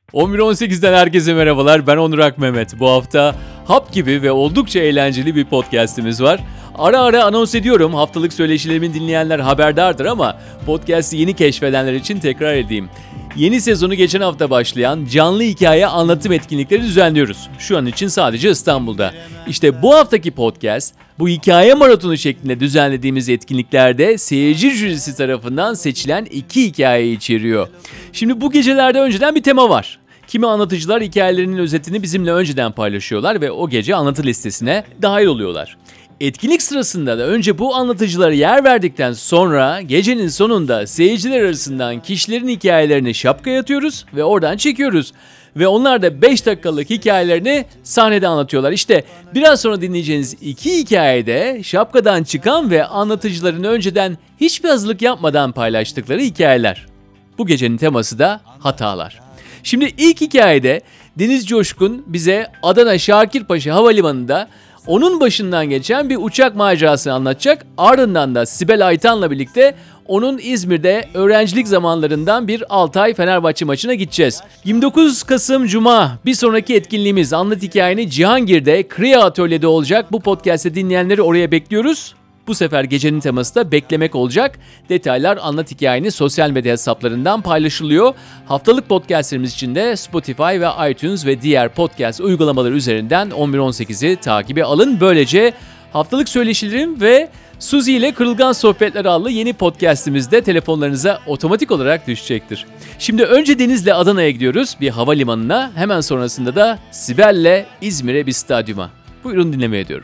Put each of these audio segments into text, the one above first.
11.18'den herkese merhabalar. Ben Onur Akmehmet. Bu hafta hap gibi ve oldukça eğlenceli bir podcast'imiz var. Ara ara anons ediyorum. Haftalık söyleşilerimi dinleyenler haberdardır ama podcast'i yeni keşfedenler için tekrar edeyim. Yeni sezonu geçen hafta başlayan canlı hikaye anlatım etkinlikleri düzenliyoruz. Şu an için sadece İstanbul'da. İşte bu haftaki podcast, bu hikaye maratonu şeklinde düzenlediğimiz etkinliklerde seyirci jürisi tarafından seçilen 2 hikayeyi içeriyor. Şimdi bu gecelerde önceden bir tema var. Kimi anlatıcılar hikayelerinin özetini bizimle önceden paylaşıyorlar ve o gece anlatı listesine dahil oluyorlar. Etkinlik sırasında da önce bu anlatıcılara yer verdikten sonra gecenin sonunda seyirciler arasından kişilerin hikayelerini şapkaya atıyoruz ve oradan çekiyoruz. Ve onlar da 5 dakikalık hikayelerini sahnede anlatıyorlar. İşte biraz sonra dinleyeceğiniz 2 hikayede şapkadan çıkan ve anlatıcıların önceden hiçbir hazırlık yapmadan paylaştıkları hikayeler. Bu gecenin teması da hatalar. Şimdi ilk hikayede Deniz Coşkun bize Adana Şakirpaşa Havalimanı'nda onun başından geçen bir uçak macerasını anlatacak. Ardından da Sibel Aytan'la birlikte onun İzmir'de öğrencilik zamanlarından bir Altay Fenerbahçe maçına gideceğiz. 29 Kasım Cuma bir sonraki etkinliğimiz Anlat Hikayeni Cihangir'de Kriya Atölye'de olacak. Bu podcast'ı dinleyenleri oraya bekliyoruz. Bu sefer gecenin teması da beklemek olacak. Detaylar Anlat Hikayeni sosyal medya hesaplarından paylaşılıyor. Haftalık podcastlerimiz için de Spotify ve iTunes ve diğer podcast uygulamaları üzerinden 11.18'i takibe alın. Böylece haftalık söyleşilerim ve Suzi ile Kırılgan Sohbetler adlı yeni podcastimizde telefonlarınıza otomatik olarak düşecektir. Şimdi önce Deniz'le Adana'ya gidiyoruz, bir havalimanına. Hemen sonrasında da Sibel'le İzmir'e bir stadyuma. Buyurun dinlemeye diyorum.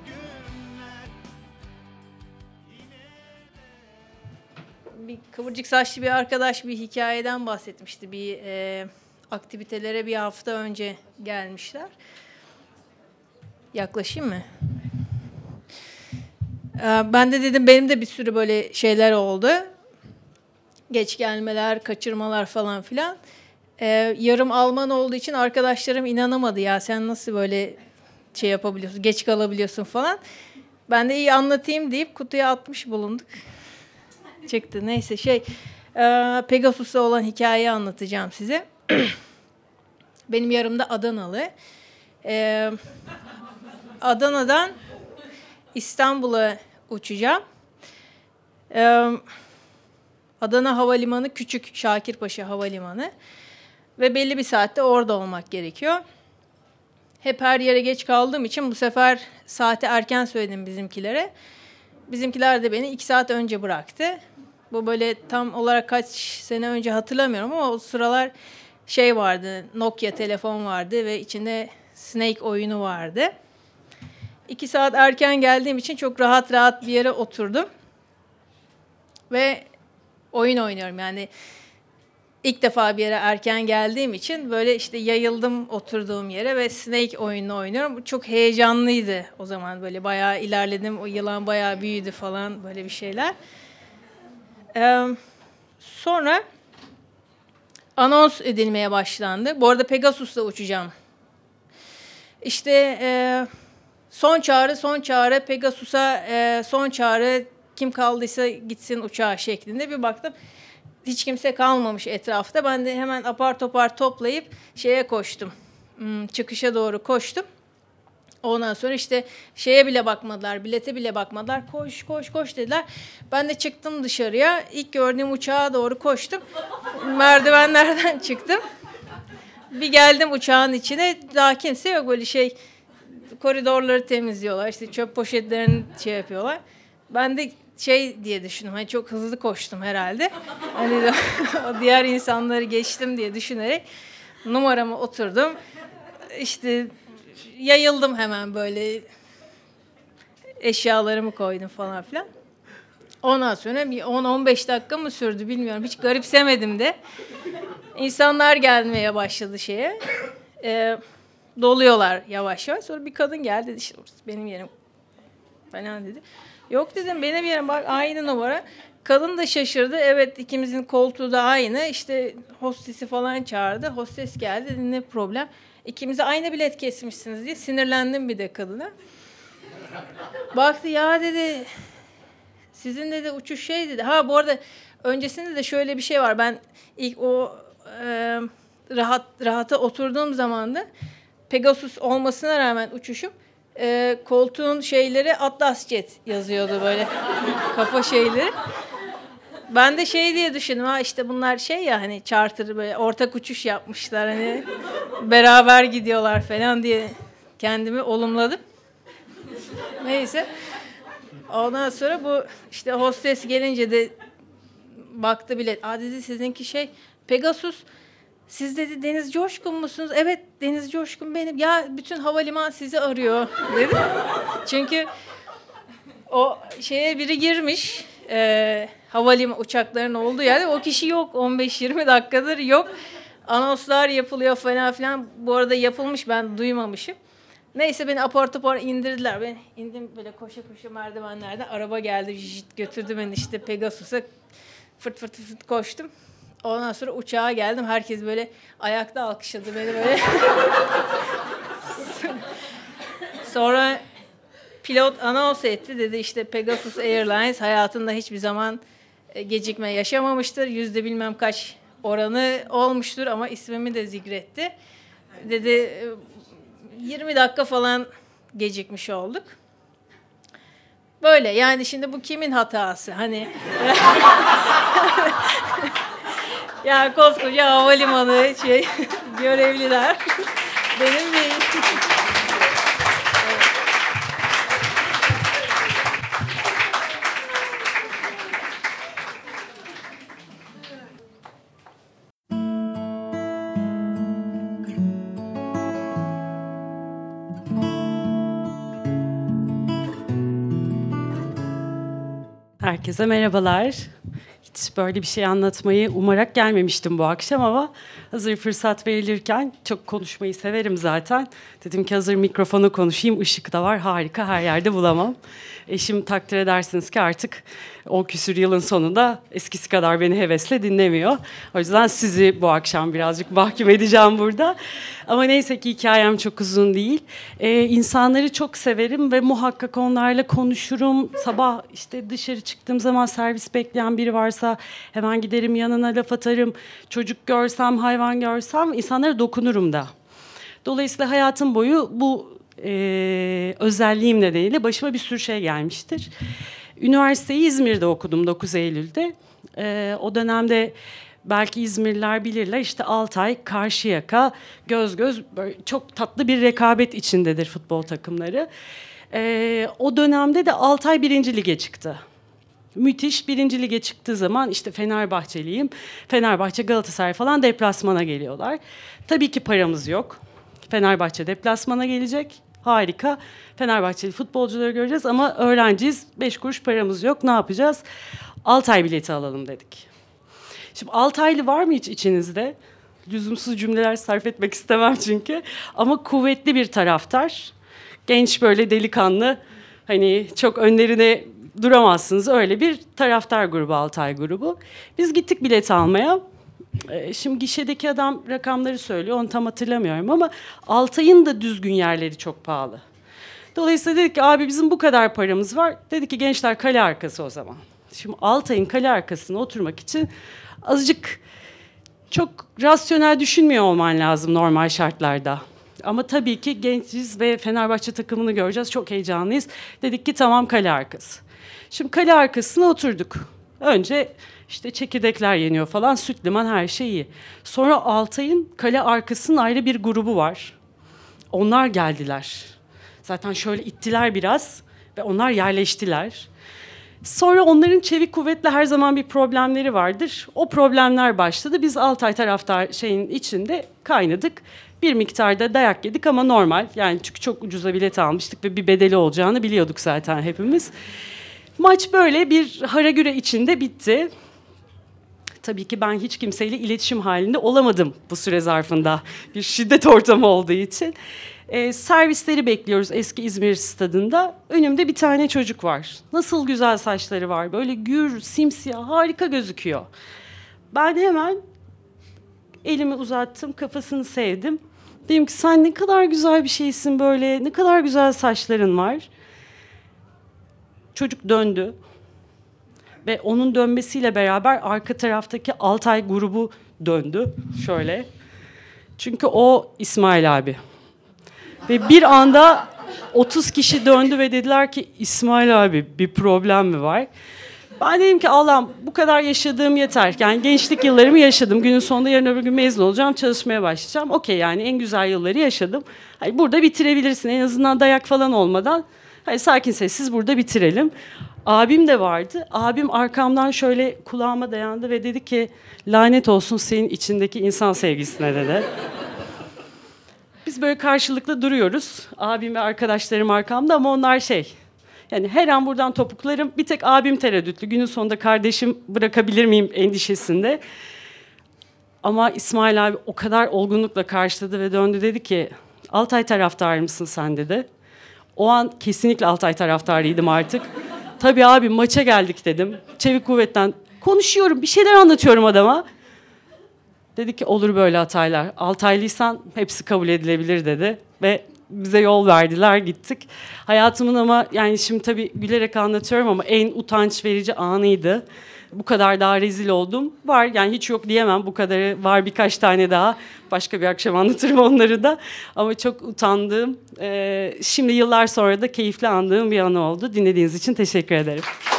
Bir kıvırcık saçlı bir arkadaş bir hikayeden bahsetmişti. Bir aktivitelere bir hafta önce gelmişler. Yaklaşayım mı? Ben de dedim benim de bir sürü böyle şeyler oldu. Geç gelmeler, kaçırmalar falan filan. Yarım Alman olduğu için arkadaşlarım inanamadı ya sen nasıl böyle şey yapabiliyorsun, geç kalabiliyorsun falan. Ben de iyi anlatayım deyip kutuya atmış bulunduk. Çıktı. Neyse Pegasus'ta olan hikayeyi anlatacağım size. Benim yarım da Adanalı. Adana'dan İstanbul'a uçacağım. Adana Havalimanı küçük, Şakirpaşa Havalimanı. Ve belli bir saatte orada olmak gerekiyor. Hep her yere geç kaldığım için bu sefer saati erken söyledim bizimkilere. Bizimkiler de beni 2 saat önce bıraktı. Bu böyle tam olarak kaç sene önce hatırlamıyorum ama o sıralar vardı, Nokia telefon vardı ve içinde Snake oyunu vardı. 2 saat erken geldiğim için çok rahat bir yere oturdum. Ve oyun oynuyorum yani. İlk defa bir yere erken geldiğim için böyle işte yayıldım oturduğum yere ve Snake oyununu oynuyorum. Çok heyecanlıydı o zaman böyle bayağı ilerledim. O yılan bayağı büyüdü falan böyle bir şeyler. Sonra anons edilmeye başlandı. Bu arada Pegasus'la uçacağım. İşte son çağrı Pegasus'a son çağrı kim kaldıysa gitsin uçağa şeklinde bir baktım. Hiç kimse kalmamış etrafta. Ben de hemen apar topar toplayıp koştum. Çıkışa doğru koştum. Ondan sonra işte bile bakmadılar, bilete bile bakmadılar. Koş dediler. Ben de çıktım dışarıya. İlk gördüğüm uçağa doğru koştum. Merdivenlerden çıktım. Bir geldim uçağın içine. Daha kimse yok böyle koridorları temizliyorlar. İşte çöp poşetlerini yapıyorlar. Ben de diye düşündüm. Hani çok hızlı koştum herhalde. Hani o diğer insanları geçtim diye düşünerek numaramı oturdum. İşte yayıldım hemen böyle eşyalarımı koydum falan filan. Ondan sonra bir 10-15 dakika mı sürdü bilmiyorum. Hiç garipsemedim de. İnsanlar gelmeye başladı doluyorlar yavaş yavaş. Sonra bir kadın geldi dedi işte benim yerim falan dedi. Yok dedim benim yerim bak aynı numara. Kadın da şaşırdı. Evet ikimizin koltuğu da aynı. İşte hostesi falan çağırdı. Hostes geldi dedi ne problem. İkimize aynı bilet kesmişsiniz diye sinirlendim bir de kadına. Baktı ya dedi sizin dedi uçuş dedi. Ha bu arada öncesinde de şöyle bir şey var. Ben ilk o rahata oturduğum zaman da Pegasus olmasına rağmen uçuşum koltuğun şeyleri Atlas Jet yazıyordu böyle kafa şeyleri. Ben de şey diye düşündüm, işte bunlar şey ya hani charter böyle ortak uçuş yapmışlar hani beraber gidiyorlar falan diye kendimi olumladım. Neyse. Ondan sonra bu işte hostes gelince de baktı bile. Dedi sizinki şey Pegasus. Siz dedi Deniz Coşkun musunuz? Evet Deniz Coşkun benim. Ya bütün havalimanı sizi arıyor dedi. Çünkü o şeye biri girmiş. Havalimanı uçakların olduğu yerde o kişi yok. 15-20 dakikadır yok. Anonslar yapılıyor falan filan. Bu arada yapılmış, ben duymamışım. Neyse beni apar topar indirdiler. Ben indim böyle koşa koşa merdivenlerden. Araba geldi, götürdü beni işte Pegasus'a. Fırt fırt fırt koştum. Ondan sonra uçağa geldim. Herkes böyle ayakta alkışladı beni böyle. Sonra pilot anons etti. Dedi işte Pegasus Airlines hayatında hiçbir zaman gecikme yaşamamıştır. %, bilmem kaç oranı olmuştur ama ismimi de zikretti. Dedi 20 dakika falan gecikmiş olduk. Böyle yani şimdi bu kimin hatası? Hani ya koskoca havalimanı görevliler. Benim değil. Herkese merhabalar. Hiç böyle bir şey anlatmayı umarak gelmemiştim bu akşam ama hazır fırsat verilirken çok konuşmayı severim zaten. Dedim ki hazır mikrofonu konuşayım, ışık da var, harika, her yerde bulamam. Eşim takdir edersiniz ki artık o küsür yılın sonunda eskisi kadar beni hevesle dinlemiyor. O yüzden sizi bu akşam birazcık mahkum edeceğim burada. Ama neyse ki hikayem çok uzun değil. İnsanları çok severim ve muhakkak onlarla konuşurum. Sabah işte dışarı çıktığım zaman servis bekleyen biri varsa hemen giderim yanına laf atarım. Çocuk görsem, hayvan görsem insanlara dokunurum da. Dolayısıyla hayatım boyu bu özelliğim nedeniyle başıma bir sürü şey gelmiştir. Üniversiteyi İzmir'de okudum 9 Eylül'de. O dönemde belki İzmirliler bilirler işte Altay, Karşıyaka, göz göz böyle çok tatlı bir rekabet içindedir futbol takımları. O dönemde de Altay 1. Lige çıktı. Müthiş 1. Lige çıktığı zaman işte Fenerbahçeliyim. Fenerbahçe, Galatasaray falan deplasmana geliyorlar. Tabii ki paramız yok. Fenerbahçe deplasmana gelecek. Harika. Fenerbahçeli futbolcuları göreceğiz ama öğrenciyiz. 5 kuruş paramız yok. Ne yapacağız? Altay bileti alalım dedik. Şimdi Altaylı var mı hiç içinizde? Lüzumsuz cümleler sarf etmek istemem çünkü. Ama kuvvetli bir taraftar. Genç böyle delikanlı. Hani çok önlerine duramazsınız. Öyle bir taraftar grubu, Altay grubu. Biz gittik bilet almaya. Şimdi gişedeki adam rakamları söylüyor. Onu tam hatırlamıyorum ama Altay'ın da düzgün yerleri çok pahalı. Dolayısıyla dedik ki abi bizim bu kadar paramız var. Dedi ki gençler kale arkası o zaman. Şimdi Altay'ın kale arkasına oturmak için azıcık çok rasyonel düşünmüyor olman lazım normal şartlarda. Ama tabii ki gençiz ve Fenerbahçe takımını göreceğiz. Çok heyecanlıyız. Dedik ki tamam kale arkası. Şimdi kale arkasına oturduk. Önce işte çekirdekler yeniyor falan, süt liman her şey iyi. Sonra Altay'ın kale arkasının ayrı bir grubu var. Onlar geldiler. Zaten şöyle ittiler biraz ve onlar yerleştiler. Sonra onların çevik kuvvetle her zaman bir problemleri vardır. O problemler başladı. Biz Altay taraftar şeyin içinde kaynadık. Bir miktarda dayak yedik ama normal. Yani çünkü çok ucuza bilet almıştık ve bir bedeli olacağını biliyorduk zaten hepimiz. Maç böyle bir haragüre içinde bitti. Tabii ki ben hiç kimseyle iletişim halinde olamadım bu süre zarfında. Bir şiddet ortamı olduğu için. Servisleri bekliyoruz eski İzmir stadında. Önümde bir tane çocuk var. Nasıl güzel saçları var. Böyle gür, simsiyah, harika gözüküyor. Ben hemen elimi uzattım, kafasını sevdim. Dedim ki sen ne kadar güzel bir şeysin böyle, ne kadar güzel saçların var. Çocuk döndü. Ve onun dönmesiyle beraber arka taraftaki Altay grubu döndü. Şöyle. Çünkü o İsmail abi. Ve bir anda 30 kişi döndü ve dediler ki İsmail abi bir problem mi var? Ben dedim ki Allah'ım bu kadar yaşadığım yeter. Yani gençlik yıllarımı yaşadım. Günün sonunda yarın öbür gün mezun olacağım, çalışmaya başlayacağım. Okey yani en güzel yılları yaşadım. Hani burada bitirebilirsin en azından dayak falan olmadan. Hani sakin sessiz burada bitirelim. Abim de vardı. Abim arkamdan şöyle kulağıma dayandı ve dedi ki lanet olsun senin içindeki insan sevgisine dedi. Biz böyle karşılıklı duruyoruz. Abim ve arkadaşlarım arkamda ama onlar yani her an buradan topuklarım. Bir tek abim tereddütlü. Günün sonunda kardeşim bırakabilir miyim endişesinde. Ama İsmail abi o kadar olgunlukla karşıladı ve döndü dedi ki Altay taraftarı mısın sen dedi. O an kesinlikle Altay taraftarıydım artık. Tabii abi maça geldik dedim. Çevik kuvvetten konuşuyorum, bir şeyler anlatıyorum adama. Dedi ki olur böyle hataylar. Altaylıysan hepsi kabul edilebilir dedi. Ve bize yol verdiler, gittik. Hayatımın ama yani şimdi tabii gülerek anlatıyorum ama en utanç verici anıydı. Bu kadar daha rezil oldum. Var yani hiç yok diyemem. Bu kadarı var birkaç tane daha. Başka bir akşam anlatırım onları da. Ama çok utandığım, şimdi yıllar sonra da keyifli andığım bir anı oldu. Dinlediğiniz için teşekkür ederim.